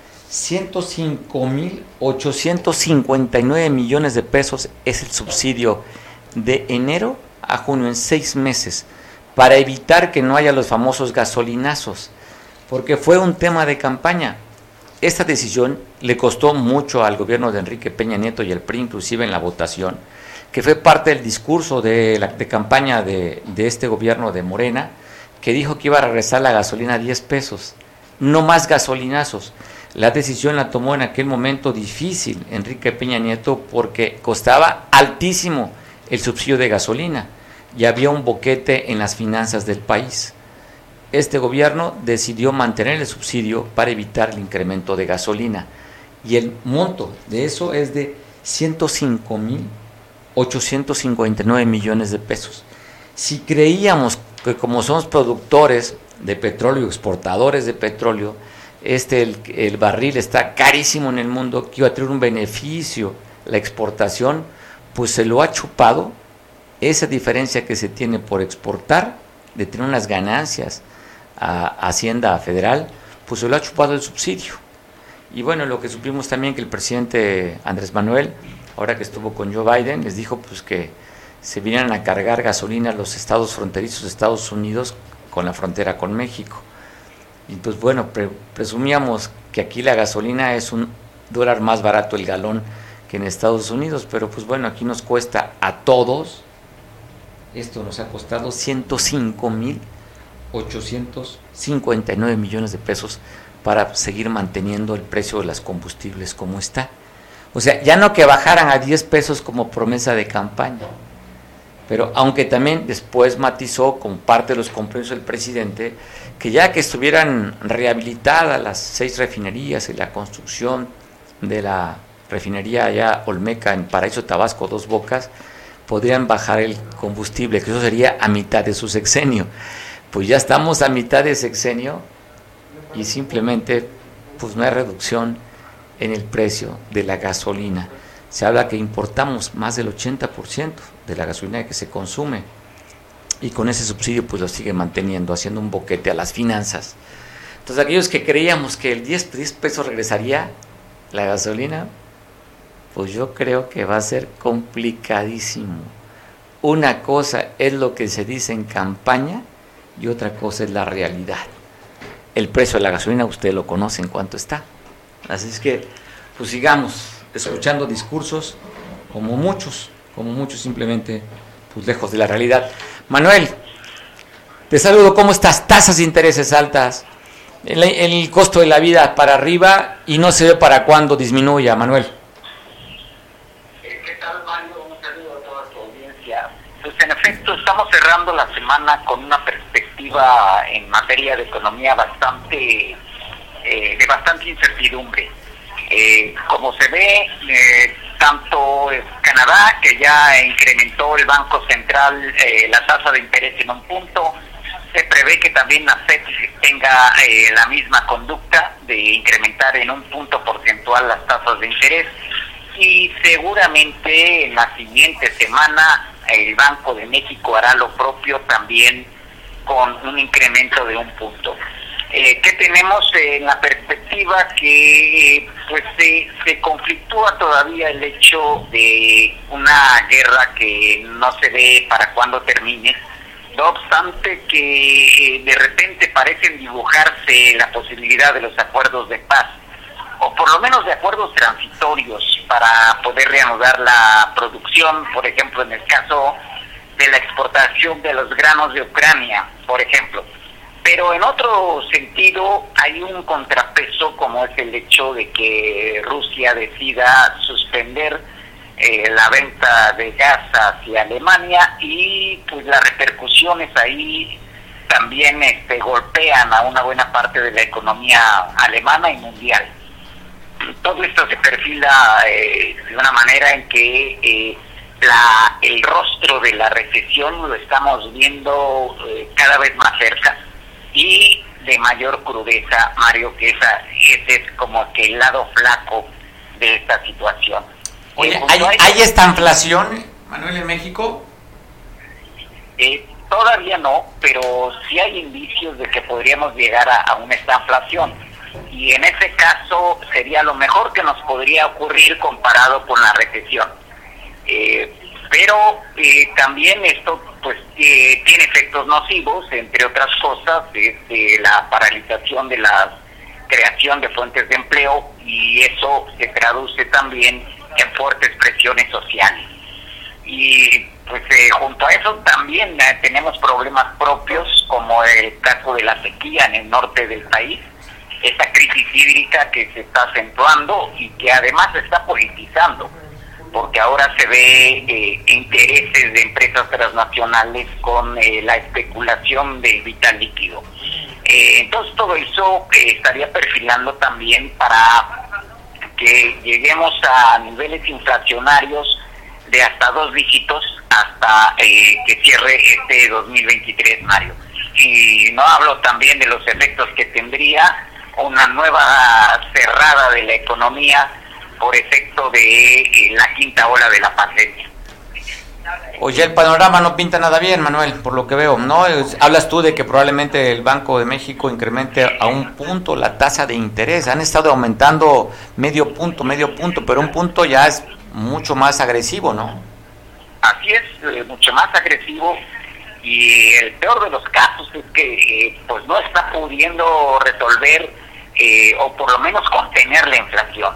105.859 millones de pesos es el subsidio de enero a junio, en 6 meses, para evitar que no haya los famosos gasolinazos, porque fue un tema de campaña. Esta decisión le costó mucho al gobierno de Enrique Peña Nieto y al PRI, inclusive en la votación, que fue parte del discurso de campaña de este gobierno de Morena, que dijo que iba a regresar la gasolina a 10 pesos, no más gasolinazos. La decisión la tomó en aquel momento difícil Enrique Peña Nieto, porque costaba altísimo el subsidio de gasolina y había un boquete en las finanzas del país. Este gobierno decidió mantener el subsidio para evitar el incremento de gasolina, y el monto de eso es de 105.859 millones de pesos. Si creíamos que, como somos productores de petróleo, exportadores de petróleo, el barril está carísimo en el mundo, que iba a tener un beneficio la exportación, pues se lo ha chupado. Esa diferencia que se tiene por exportar, de tener unas ganancias a Hacienda Federal, pues se lo ha chupado el subsidio. Y bueno, lo que supimos también, que el presidente Andrés Manuel, ahora que estuvo con Joe Biden, les dijo pues que se vinieran a cargar gasolina a los estados fronterizos de Estados Unidos con la frontera con México. Y pues bueno, presumíamos que aquí la gasolina es $1 más barato el galón que en Estados Unidos, pero pues bueno, aquí nos cuesta a todos, esto nos ha costado 105.859 millones de pesos para seguir manteniendo el precio de los combustibles como está. O sea, ya no que bajaran a 10 pesos como promesa de campaña, pero aunque también después matizó con parte de los compromisos del presidente, que ya que estuvieran rehabilitadas las 6 refinerías y la construcción de la refinería allá Olmeca en Paraíso Tabasco, Dos Bocas, podrían bajar el combustible, que eso sería a mitad de su sexenio. Pues ya estamos a mitad de sexenio y simplemente pues no hay reducción en el precio de la gasolina. Se habla que importamos más del 80% de la gasolina que se consume, y con ese subsidio pues lo sigue manteniendo, haciendo un boquete a las finanzas. Entonces aquellos que creíamos que el 10 pesos regresaría la gasolina, pues yo creo que va a ser complicadísimo. Una cosa es lo que se dice en campaña y otra cosa es la realidad. El precio de la gasolina usted lo conoce en cuánto está. Así es que pues sigamos escuchando discursos como muchos simplemente pues lejos de la realidad. Manuel, te saludo, ¿cómo estás? Tasas de intereses altas, el costo de la vida para arriba y no se ve para cuándo disminuya, Manuel. ¿Qué tal, Mario? Un saludo a toda tu audiencia. Pues en efecto estamos cerrando la semana con una perspectiva en materia de economía de bastante incertidumbre. Como se ve, tanto Canadá, que ya incrementó el Banco Central la tasa de interés en un punto, se prevé que también la FED tenga la misma conducta de incrementar en un punto porcentual las tasas de interés, y seguramente en la siguiente semana el Banco de México hará lo propio también con un incremento de un punto. ¿Qué tenemos en la perspectiva? Que pues se conflictúa todavía el hecho de una guerra que no se ve para cuándo termine, no obstante que de repente parecen dibujarse la posibilidad de los acuerdos de paz, o por lo menos de acuerdos transitorios para poder reanudar la producción, por ejemplo en el caso de la exportación de los granos de Ucrania, por ejemplo. Pero en otro sentido hay un contrapeso, como es el hecho de que Rusia decida suspender la venta de gas hacia Alemania, y pues las repercusiones ahí también golpean a una buena parte de la economía alemana y mundial. Todo esto se perfila de una manera en que el rostro de la recesión lo estamos viendo cada vez más cerca y de mayor crudeza, Mario, que ese es como que el lado flaco de esta situación. Oye, ¿hay esta inflación, Manuel, en México? Todavía no, pero sí hay indicios de que podríamos llegar a una estanflación, y en ese caso sería lo mejor que nos podría ocurrir comparado con la recesión. Pero también esto pues tiene efectos nocivos, entre otras cosas, la paralización de la creación de fuentes de empleo, y eso se traduce también en fuertes presiones sociales. Y pues junto a eso también tenemos problemas propios, como el caso de la sequía en el norte del país, esta crisis hídrica que se está acentuando y que además se está politizando, porque ahora se ve intereses de empresas transnacionales con la especulación del vital líquido. Entonces todo eso estaría perfilando también para que lleguemos a niveles inflacionarios de hasta 2 dígitos hasta que cierre este 2023, Mario. Y no hablo también de los efectos que tendría una nueva cerrada de la economía por efecto de la quinta ola de la pandemia. Oye, el panorama no pinta nada bien, Manuel, por lo que veo, ¿no? Hablas tú de que probablemente el Banco de México incremente a 1 punto la tasa de interés. Han estado aumentando medio punto, pero 1 punto ya es mucho más agresivo, ¿no? Así es, mucho más agresivo, y el peor de los casos es que pues no está pudiendo resolver o por lo menos contener la inflación.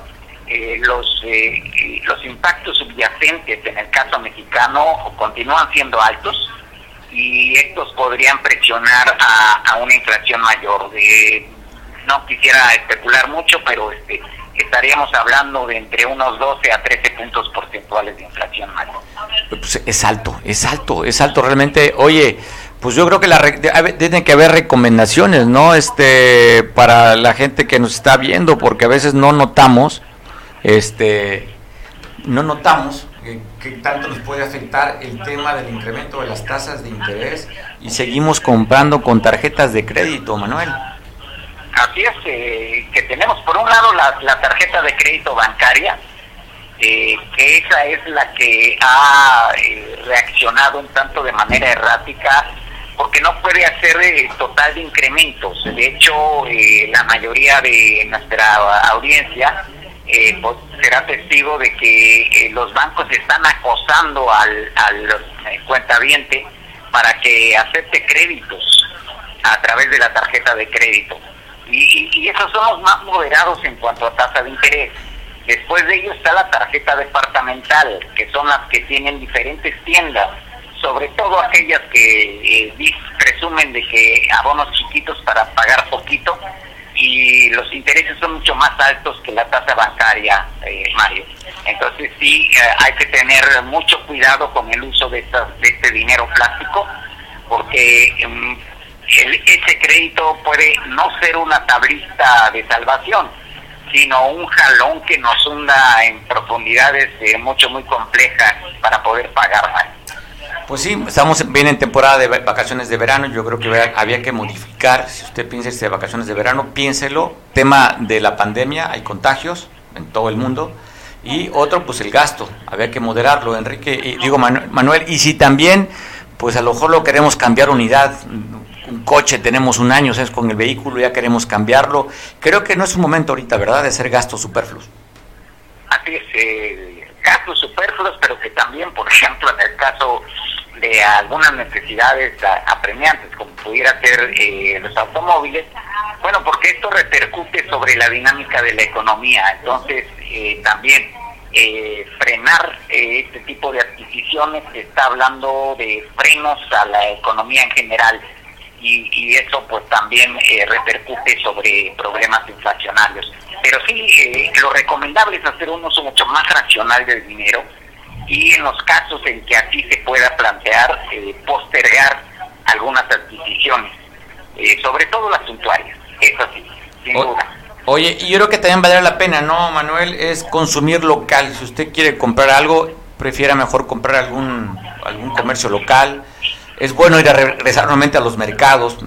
Los impactos subyacentes en el caso mexicano continúan siendo altos, y estos podrían presionar a una inflación mayor. No quisiera especular mucho, pero estaríamos hablando de entre unos 12 a 13 puntos porcentuales de inflación mayor. Pues es alto realmente. Oye, pues yo creo que tiene que haber recomendaciones, ¿no? Para la gente que nos está viendo, porque a veces no notamos qué tanto nos puede afectar el tema del incremento de las tasas de interés, y seguimos comprando con tarjetas de crédito, Manuel. Así es, que tenemos por un lado la tarjeta de crédito bancaria, que esa es la que ha reaccionado un tanto de manera errática, porque no puede hacer total de incrementos. De hecho, la mayoría de nuestra audiencia pues será testigo de que los bancos están acosando al cuentaviente para que acepte créditos a través de la tarjeta de crédito. Y esos son los más moderados en cuanto a tasa de interés. Después de ello está la tarjeta departamental, que son las que tienen diferentes tiendas, sobre todo aquellas que presumen de que abonos chiquitos para pagar poquito, y los intereses son mucho más altos que la tasa bancaria, Mario. Entonces sí, hay que tener mucho cuidado con el uso de este dinero plástico, porque ese crédito puede no ser una tablista de salvación, sino un jalón que nos hunda en profundidades muy complejas para poder pagar más. Pues sí, estamos bien en temporada de vacaciones de verano. Yo creo que había que modificar. Si usted piensa irse de vacaciones de verano, piénselo. Tema de la pandemia, hay contagios en todo el mundo. Y otro, pues el gasto, había que moderarlo, Enrique, y digo Manuel. Y si también, pues a lo mejor lo queremos cambiar unidad, un coche, tenemos un año, ¿sabes? Con el vehículo ya queremos cambiarlo. Creo que no es un momento ahorita, ¿verdad?, de hacer gastos superfluos. Así es, gastos superfluos, pero que también, por ejemplo, en el caso de algunas necesidades apremiantes, como pudiera ser los automóviles, bueno, porque esto repercute sobre la dinámica de la economía. Entonces, también frenar este tipo de adquisiciones, se está hablando de frenos a la economía en general, y eso pues también repercute sobre problemas inflacionarios. Pero sí, lo recomendable es hacer un uso mucho más racional del dinero, y en los casos en que así se pueda plantear, postergar algunas adquisiciones, sobre todo las suntuarias, eso sí, sin duda. Oye, y yo creo que también valdría la pena, ¿no, Manuel?, es consumir local. Si usted quiere comprar algo, prefiera mejor comprar algún comercio local. Es bueno ir a regresar nuevamente a los mercados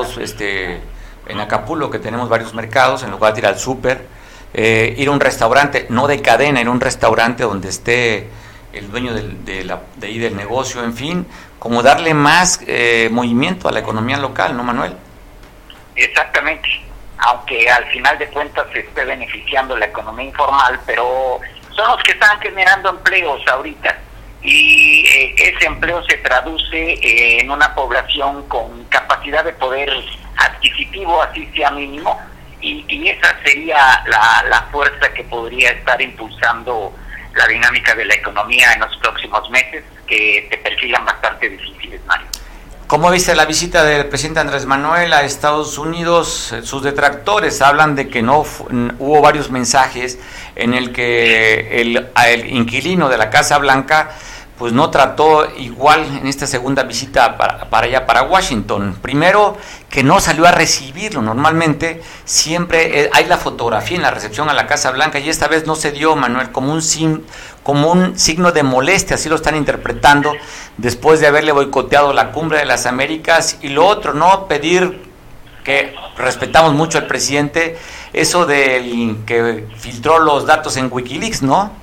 en Acapulco, que tenemos varios mercados, en lugar de ir al súper, ir a un restaurante, no de cadena, ir a un restaurante donde esté el dueño de ahí del negocio, en fin, como darle más movimiento a la economía local, ¿no, Manuel? Exactamente, aunque al final de cuentas se esté beneficiando la economía informal, pero son los que están generando empleos ahorita, y ese empleo se traduce en una población con capacidad de poder adquisitivo, así sea mínimo, y esa sería la fuerza que podría estar impulsando la dinámica de la economía en los próximos meses, que se perfilan bastante difíciles, Mario. ¿Cómo viste la visita del presidente Andrés Manuel a Estados Unidos? Sus detractores hablan de que hubo varios mensajes en el que el inquilino de la Casa Blanca pues no trató igual en esta segunda visita para allá, para Washington. Primero, que no salió a recibirlo. Normalmente siempre hay la fotografía en la recepción a la Casa Blanca, y esta vez no se dio, Manuel, como un signo de molestia, así lo están interpretando, después de haberle boicoteado la Cumbre de las Américas. Y lo otro, no pedir, que respetamos mucho al presidente, eso del que filtró los datos en Wikileaks, ¿no?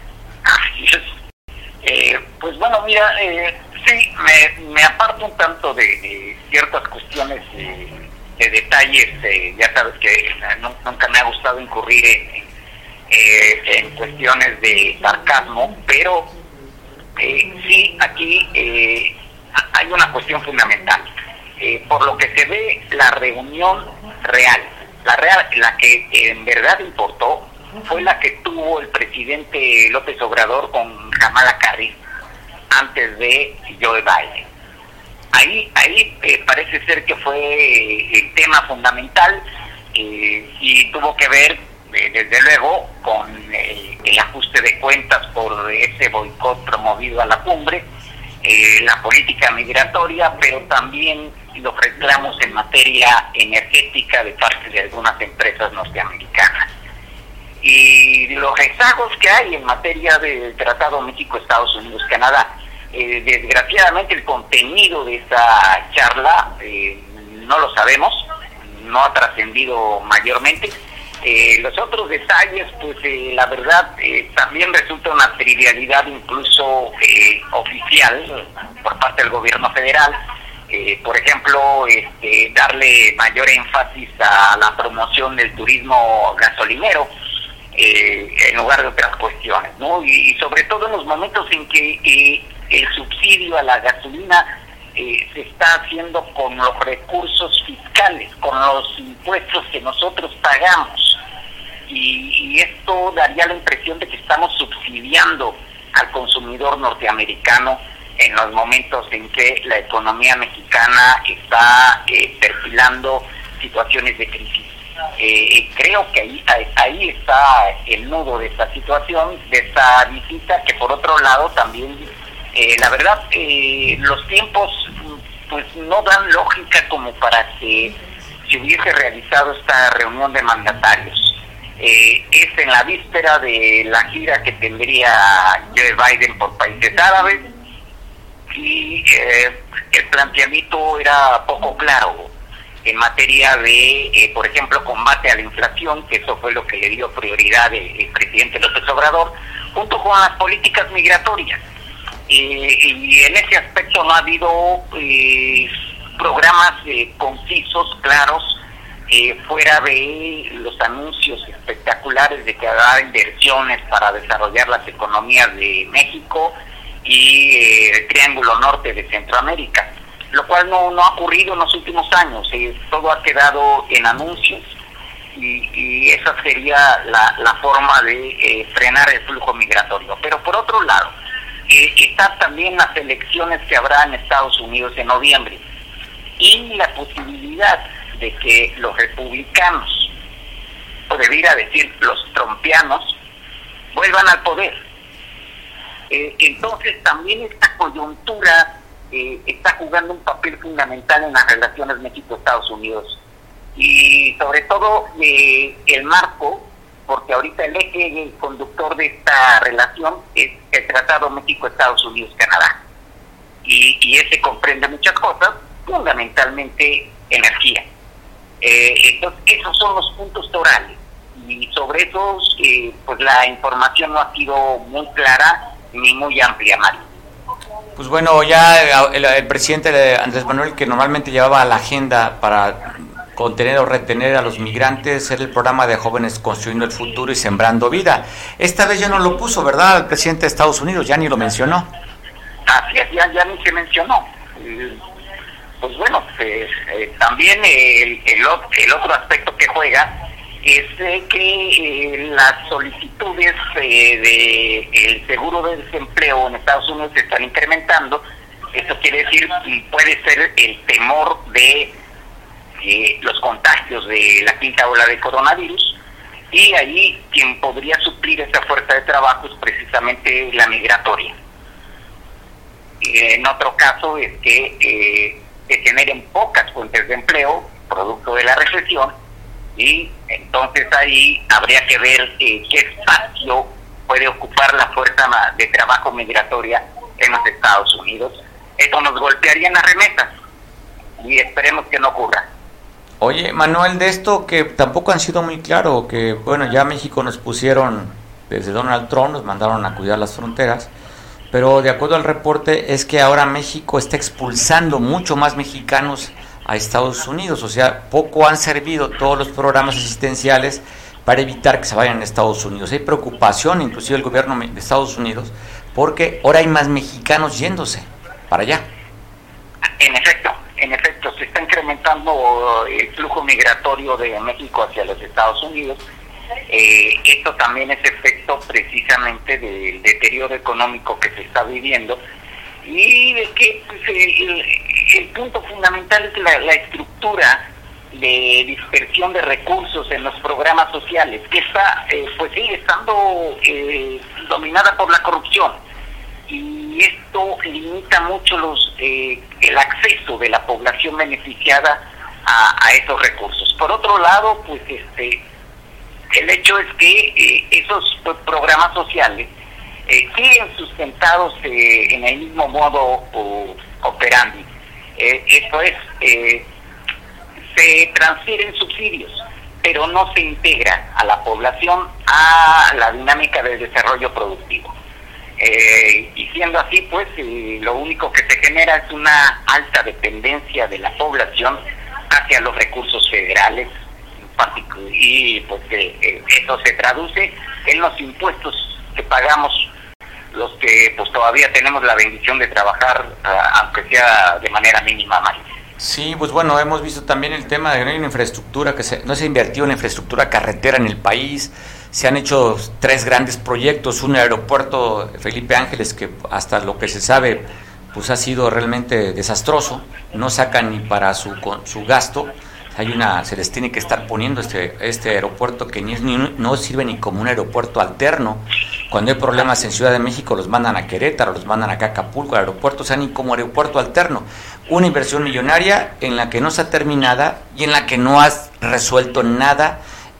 Pues bueno, mira, sí, me aparto un tanto de ciertas cuestiones de detalles. Ya sabes que nunca me ha gustado incurrir en cuestiones de sarcasmo, pero sí, aquí hay una cuestión fundamental. Por lo que se ve, la reunión real, la que en verdad importó, fue la que tuvo el presidente López Obrador con Kamala Harris antes de Joe Biden. Ahí parece ser que fue el tema fundamental, y tuvo que ver, desde luego, con el ajuste de cuentas por ese boicot promovido a la cumbre, la política migratoria, pero también los reclamos en materia energética de parte de algunas empresas norteamericanas. Y los rezagos que hay en materia del Tratado México, Estados Unidos, Canadá. Desgraciadamente el contenido de esta charla no lo sabemos, no ha trascendido mayormente. Los otros detalles, pues la verdad, también resulta una trivialidad incluso oficial por parte del gobierno federal. Por ejemplo, darle mayor énfasis a la promoción del turismo gasolinero en lugar de otras cuestiones, ¿no? Y sobre todo en los momentos en que el subsidio a la gasolina se está haciendo con los recursos fiscales, con los impuestos que nosotros pagamos. Y esto daría la impresión de que estamos subsidiando al consumidor norteamericano en los momentos en que la economía mexicana está perfilando situaciones de crisis. Creo que ahí está el nudo de esta situación, de esta visita, que por otro lado también, la verdad, los tiempos pues no dan lógica como para que se hubiese realizado esta reunión de mandatarios. Es en la víspera de la gira que tendría Joe Biden por países árabes y el planteamiento era poco claro en materia de, por ejemplo, combate a la inflación, que eso fue lo que le dio prioridad el presidente López Obrador, junto con las políticas migratorias. Y en ese aspecto no ha habido programas concisos, claros, fuera de los anuncios espectaculares de que habrá inversiones para desarrollar las economías de México y el Triángulo Norte de Centroamérica, lo cual no ha ocurrido en los últimos años. Todo ha quedado en anuncios y esa sería la forma de frenar el flujo migratorio. Pero por otro lado, están también las elecciones que habrá en Estados Unidos en noviembre y la posibilidad de que los republicanos, o debiera decir los trumpianos, vuelvan al poder. Entonces también esta coyuntura está jugando un papel fundamental en las relaciones México-Estados Unidos y sobre todo el marco, porque ahorita el eje conductor de esta relación es el Tratado México-Estados Unidos-Canadá y ese comprende muchas cosas, fundamentalmente energía. Entonces esos son los puntos torales y sobre esos pues la información no ha sido muy clara ni muy amplia, Mario. Pues bueno, ya el presidente Andrés Manuel, que normalmente llevaba la agenda para contener o retener a los migrantes, era el programa de jóvenes construyendo el futuro y sembrando vida. Esta vez ya no lo puso, ¿verdad? El presidente de Estados Unidos ya ni lo mencionó. Así es, ya ni se mencionó. Pues bueno, también el otro aspecto que juega es que las solicitudes del seguro de desempleo en Estados Unidos se están incrementando. Esto quiere decir, puede ser el temor de los contagios de la quinta ola de coronavirus, y ahí quien podría suplir esa fuerza de trabajo es precisamente la migratoria. En otro caso es que se generen pocas fuentes de empleo producto de la recesión, y entonces ahí habría que ver qué espacio puede ocupar la fuerza de trabajo migratoria en los Estados Unidos. Eso nos golpearía en las remesas y esperemos que no ocurra. Oye, Manuel, de esto que tampoco han sido muy claro, que bueno, ya México nos pusieron, desde Donald Trump nos mandaron a cuidar las fronteras, pero de acuerdo al reporte es que ahora México está expulsando mucho más mexicanos a Estados Unidos, o sea, poco han servido todos los programas asistenciales para evitar que se vayan a Estados Unidos. Hay preocupación, inclusive el gobierno de Estados Unidos, porque ahora hay más mexicanos yéndose para allá. En efecto, se está incrementando el flujo migratorio de México hacia los Estados Unidos. Esto también es efecto precisamente del deterioro económico que se está viviendo, y de que pues, el punto fundamental es la estructura de dispersión de recursos en los programas sociales, que está pues sigue estando dominada por la corrupción, y esto limita mucho el acceso de la población beneficiada a esos recursos. Por otro lado, pues el hecho es que esos programas sociales siguen sustentados en el mismo modo operandi. Esto es, se transfieren subsidios, pero no se integra a la población a la dinámica del desarrollo productivo. Y siendo así, pues lo único que se genera es una alta dependencia de la población hacia los recursos federales, y pues eso se traduce en los impuestos que pagamos los que pues todavía tenemos la bendición de trabajar, aunque sea de manera mínima, Mario. Sí, pues bueno, hemos visto también el tema de que no hay una infraestructura, no se ha invertido en infraestructura carretera en el país. Se han hecho 3 grandes proyectos, un aeropuerto Felipe Ángeles que hasta lo que se sabe pues ha sido realmente desastroso, no sacan ni para su gasto. Se les tiene que estar poniendo este aeropuerto que no sirve ni como un aeropuerto alterno. Cuando hay problemas en Ciudad de México los mandan a Querétaro, los mandan acá a Acapulco, al aeropuerto, o sea, ni como aeropuerto alterno. Una inversión millonaria en la que no está terminada y en la que no has resuelto nada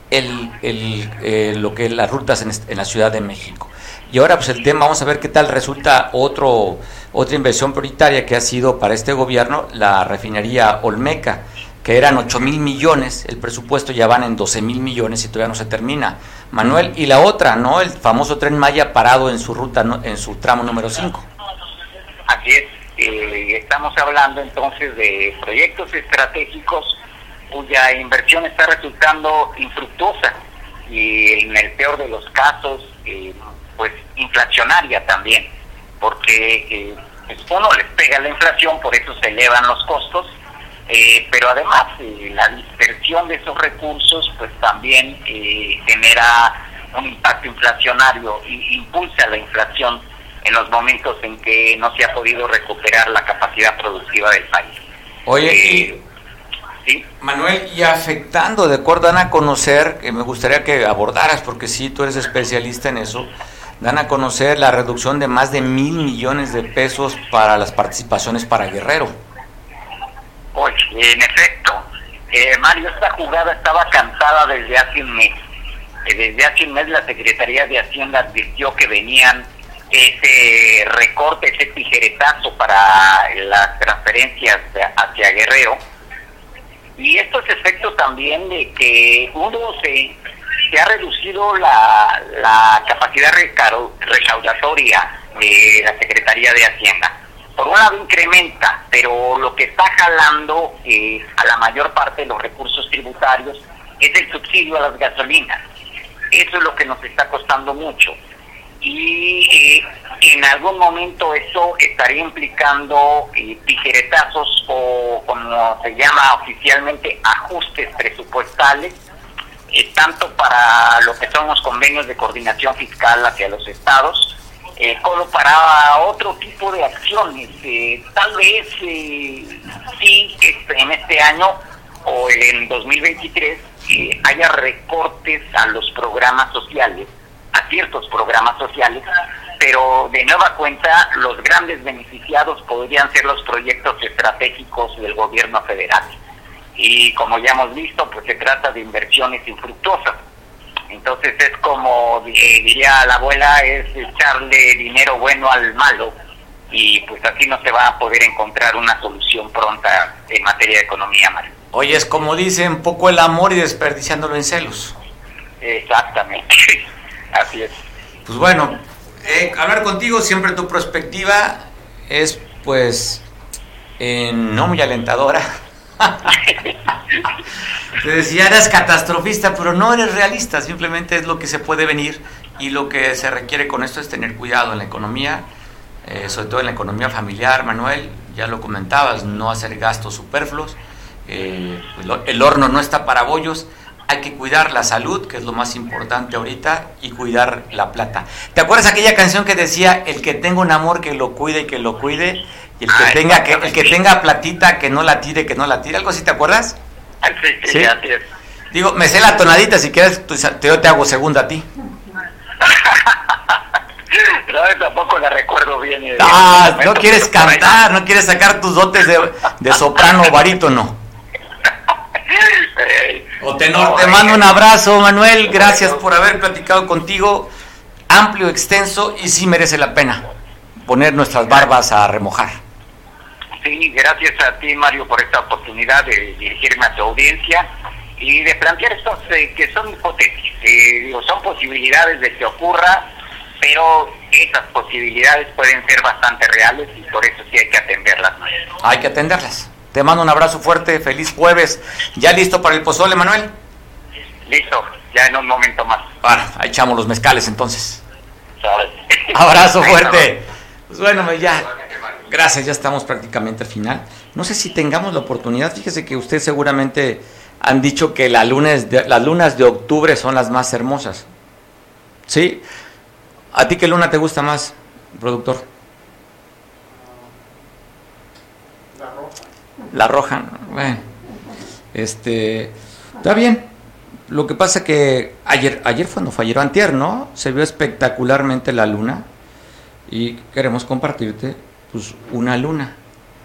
lo que es las rutas en la Ciudad de México. Y ahora pues el tema, vamos a ver qué tal resulta otra inversión prioritaria que ha sido para este gobierno, la refinería Olmeca, que eran 8,000 millones, el presupuesto ya van en 12,000 millones y todavía no se termina, Manuel. Y la otra, ¿no? El famoso Tren Maya parado en su ruta, ¿no? En su tramo número 5. Así es, estamos hablando entonces de proyectos estratégicos cuya inversión está resultando infructuosa y en el peor de los casos, pues inflacionaria también, porque uno les pega la inflación, por eso se elevan los costos. Pero además la dispersión de esos recursos pues también genera un impacto inflacionario y impulsa la inflación en los momentos en que no se ha podido recuperar la capacidad productiva del país. Oye, ¿sí? Manuel, y afectando, de acuerdo, dan a conocer, que me gustaría que abordaras, porque sí, tú eres especialista en eso, dan a conocer la reducción de más de 1,000 millones de pesos para las participaciones para Guerrero. Oye, en efecto, Mario, esta jugada estaba cantada desde hace un mes. Desde hace un mes la Secretaría de Hacienda advirtió que venían ese recorte, ese tijeretazo para las transferencias hacia Guerrero. Y esto es efecto también de que se ha reducido la capacidad recaudatoria de la Secretaría de Hacienda. Por un lado incrementa, pero lo que está jalando a la mayor parte de los recursos tributarios es el subsidio a las gasolinas. Eso es lo que nos está costando mucho. Y en algún momento eso estaría implicando tijeretazos o, como se llama oficialmente, ajustes presupuestales, tanto para lo que son los convenios de coordinación fiscal hacia los estados, como para otro tipo de acciones. Tal vez sí en este año o en 2023 haya recortes a los programas sociales, a ciertos programas sociales, pero de nueva cuenta los grandes beneficiados podrían ser los proyectos estratégicos del gobierno federal. Y como ya hemos visto, pues se trata de inversiones infructuosas. Entonces es como diría la abuela, es echarle dinero bueno al malo, y pues así no se va a poder encontrar una solución pronta en materia de economía, Mario. Oye, es como dicen, poco el amor y desperdiciándolo en celos. Exactamente, así es. Pues bueno, hablar contigo, siempre tu perspectiva es pues no muy alentadora. Te decía, eres catastrofista, pero no eres realista, simplemente es lo que se puede venir, y lo que se requiere con esto es tener cuidado en la economía, sobre todo en la economía familiar, Manuel, ya lo comentabas, no hacer gastos superfluos, el horno no está para bollos, hay que cuidar la salud, que es lo más importante ahorita, y cuidar la plata. ¿Te acuerdas aquella canción que decía, el que tenga un amor que lo cuide y que lo cuide, y el que tenga platita que no la tire, algo así, ¿te acuerdas? Sí, así es. Digo, me sé la tonadita, si quieres yo te hago segunda a ti. No, tampoco la recuerdo bien. No quieres cantar, no quieres sacar tus dotes de soprano o barítono. O tenor. Te mando un abrazo, Manuel, gracias por haber platicado contigo, amplio, extenso, y sí merece la pena poner nuestras barbas a remojar. Sí, gracias a ti, Mario, por esta oportunidad de dirigirme a tu audiencia y de plantear estos que son hipotéticos, son posibilidades de que ocurra, pero esas posibilidades pueden ser bastante reales y por eso sí hay que atenderlas. Hay que atenderlas. Te mando un abrazo fuerte, feliz jueves. ¿Ya listo para el pozole, Manuel? Listo, ya en un momento más. Bueno, ahí echamos los mezcales entonces. ¿Sabes? Abrazo fuerte. Pues bueno, ya, gracias, ya estamos prácticamente al final. No sé si tengamos la oportunidad, fíjese que usted seguramente han dicho que las lunas de octubre son las más hermosas. ¿Sí? ¿A ti qué luna te gusta más, productor? La roja. Bueno, está bien. Lo que pasa que ayer fue antier, ¿no? Se vio espectacularmente la luna y queremos compartirte, pues, una luna.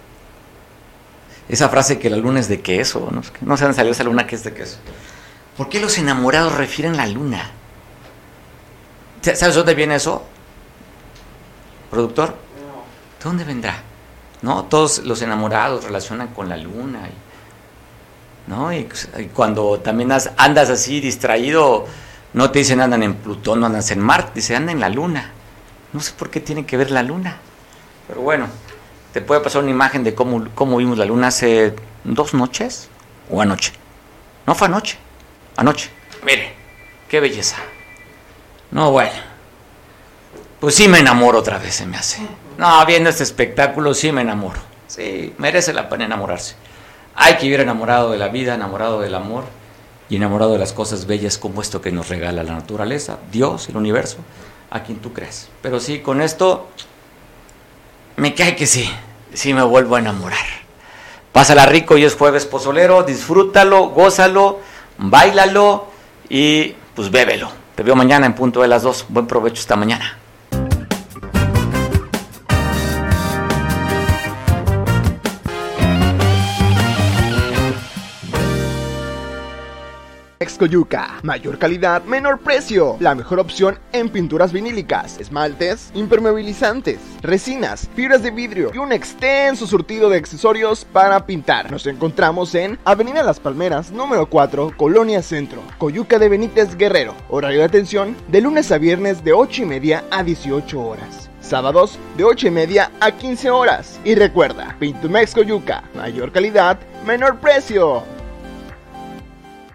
Esa frase que la luna es de queso, no sé dónde salió esa luna que es de queso. ¿Por qué los enamorados refieren la luna? ¿Sabes dónde viene eso, productor? ¿De dónde vendrá? ¿No? Todos los enamorados relacionan con la luna. ¿No? Y cuando también andas así distraído, no te dicen andan en Plutón, no andas en Marte, dicen andan en la luna. No sé por qué tiene que ver la luna. Pero bueno, te puede pasar una imagen de cómo vimos la luna hace 2 noches o anoche. No fue anoche. Mire, qué belleza. No, bueno. Pues sí me enamoro otra vez, se me hace. No, viendo este espectáculo sí me enamoro. Sí, merece la pena enamorarse. Hay que vivir enamorado de la vida, enamorado del amor y enamorado de las cosas bellas como esto que nos regala la naturaleza, Dios, el universo, a quien tú crees. Pero sí, con esto me cae que sí me vuelvo a enamorar. Pásala rico y es jueves pozolero, disfrútalo, gózalo, báilalo y pues bébelo. Te veo mañana en punto de las 2. Buen provecho esta mañana. Coyuca, mayor calidad, menor precio, la mejor opción en pinturas vinílicas, esmaltes, impermeabilizantes, resinas, fibras de vidrio y un extenso surtido de accesorios para pintar. Nos encontramos en Avenida Las Palmeras, número 4, Colonia Centro, Coyuca de Benítez, Guerrero. Horario de atención de lunes a viernes de 8:30 a 18 horas. Sábados de 8:30 a 15 horas. Y recuerda, Pintumex Coyuca, mayor calidad, menor precio.